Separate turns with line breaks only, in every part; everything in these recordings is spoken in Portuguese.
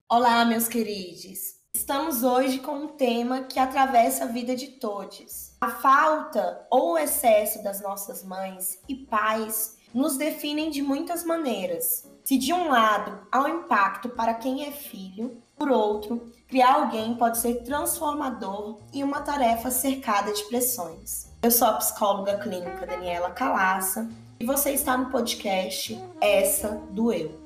Olá, meus queridos. Estamos hoje com um tema que atravessa a vida de todos. A falta ou o excesso das nossas mães e pais nos definem de muitas maneiras. Se de um lado há um impacto para quem é filho, por outro, criar alguém pode ser transformador e uma tarefa cercada de pressões. Eu sou a psicóloga clínica Daniela Calaça e você está no podcast Essa Doeu.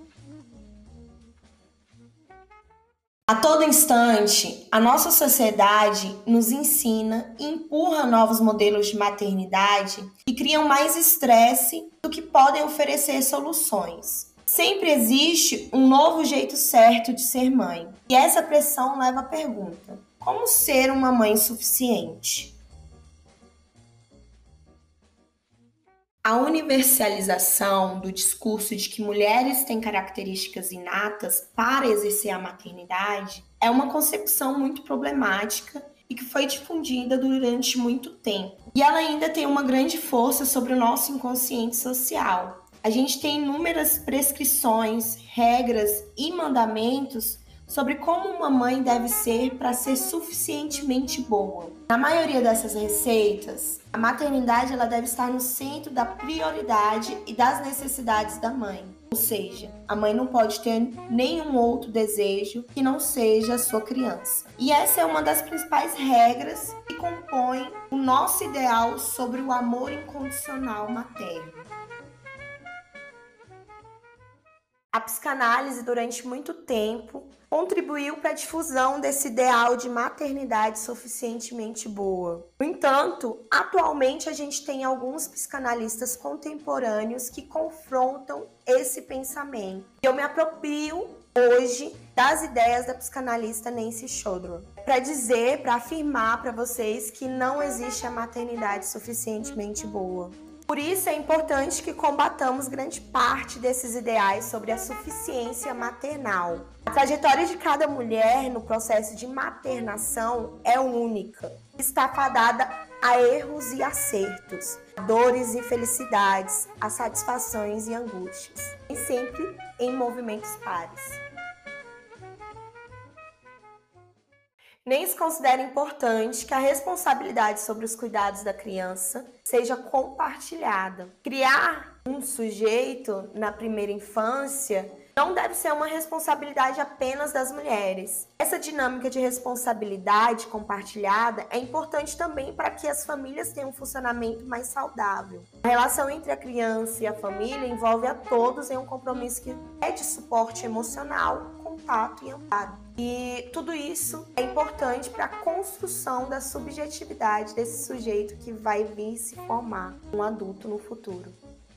A todo instante, a nossa sociedade nos ensina e empurra novos modelos de maternidade que criam mais estresse do que podem oferecer soluções. Sempre existe um novo jeito certo de ser mãe, e essa pressão leva à pergunta: como ser uma mãe suficiente? A universalização do discurso de que mulheres têm características inatas para exercer a maternidade é uma concepção muito problemática e que foi difundida durante muito tempo. E ela ainda tem uma grande força sobre o nosso inconsciente social. A gente tem inúmeras prescrições, regras e mandamentos sobre como uma mãe deve ser para ser suficientemente boa. Na maioria dessas receitas, a maternidade ela deve estar no centro da prioridade e das necessidades da mãe. Ou seja, a mãe não pode ter nenhum outro desejo que não seja a sua criança. E essa é uma das principais regras que compõem o nosso ideal sobre o amor incondicional materno. A psicanálise, durante muito tempo, contribuiu para a difusão desse ideal de maternidade suficientemente boa. No entanto, atualmente a gente tem alguns psicanalistas contemporâneos que confrontam esse pensamento. Eu me aproprio hoje das ideias da psicanalista Nancy Chodron para afirmar para vocês que não existe a maternidade suficientemente boa. Por isso é importante que combatamos grande parte desses ideais sobre a suficiência maternal. A trajetória de cada mulher no processo de maternação é única, está fadada a erros e acertos, a dores e felicidades, a satisfações e angústias, e sempre em movimentos pares. Nem se considera importante que a responsabilidade sobre os cuidados da criança seja compartilhada. Criar um sujeito na primeira infância não deve ser uma responsabilidade apenas das mulheres. Essa dinâmica de responsabilidade compartilhada é importante também para que as famílias tenham um funcionamento mais saudável. A relação entre a criança e a família envolve a todos em um compromisso que é de suporte emocional, contato e amparo. E tudo isso é importante para a construção da subjetividade desse sujeito que vai vir se formar um adulto no futuro.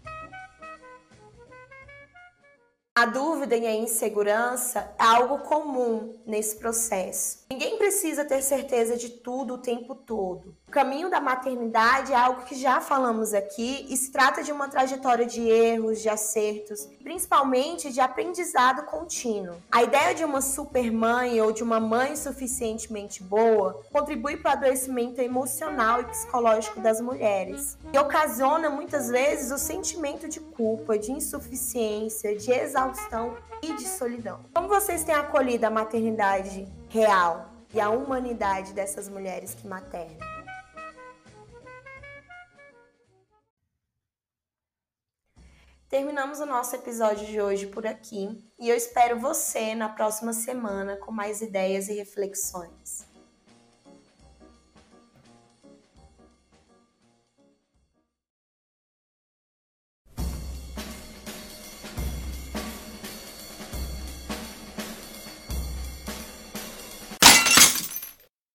A dúvida e a insegurança é algo comum nesse processo. Ninguém precisa ter certeza de tudo o tempo todo. O caminho da maternidade é algo que já falamos aqui e se trata de uma trajetória de erros, de acertos, principalmente de aprendizado contínuo. A ideia de uma supermãe ou de uma mãe suficientemente boa contribui para o adoecimento emocional e psicológico das mulheres e ocasiona muitas vezes o sentimento de culpa, de insuficiência, de exaustão e de solidão. Como vocês têm acolhido a maternidade real e a humanidade dessas mulheres que maternam? Terminamos o nosso episódio de hoje por aqui e eu espero você na próxima semana com mais ideias e reflexões.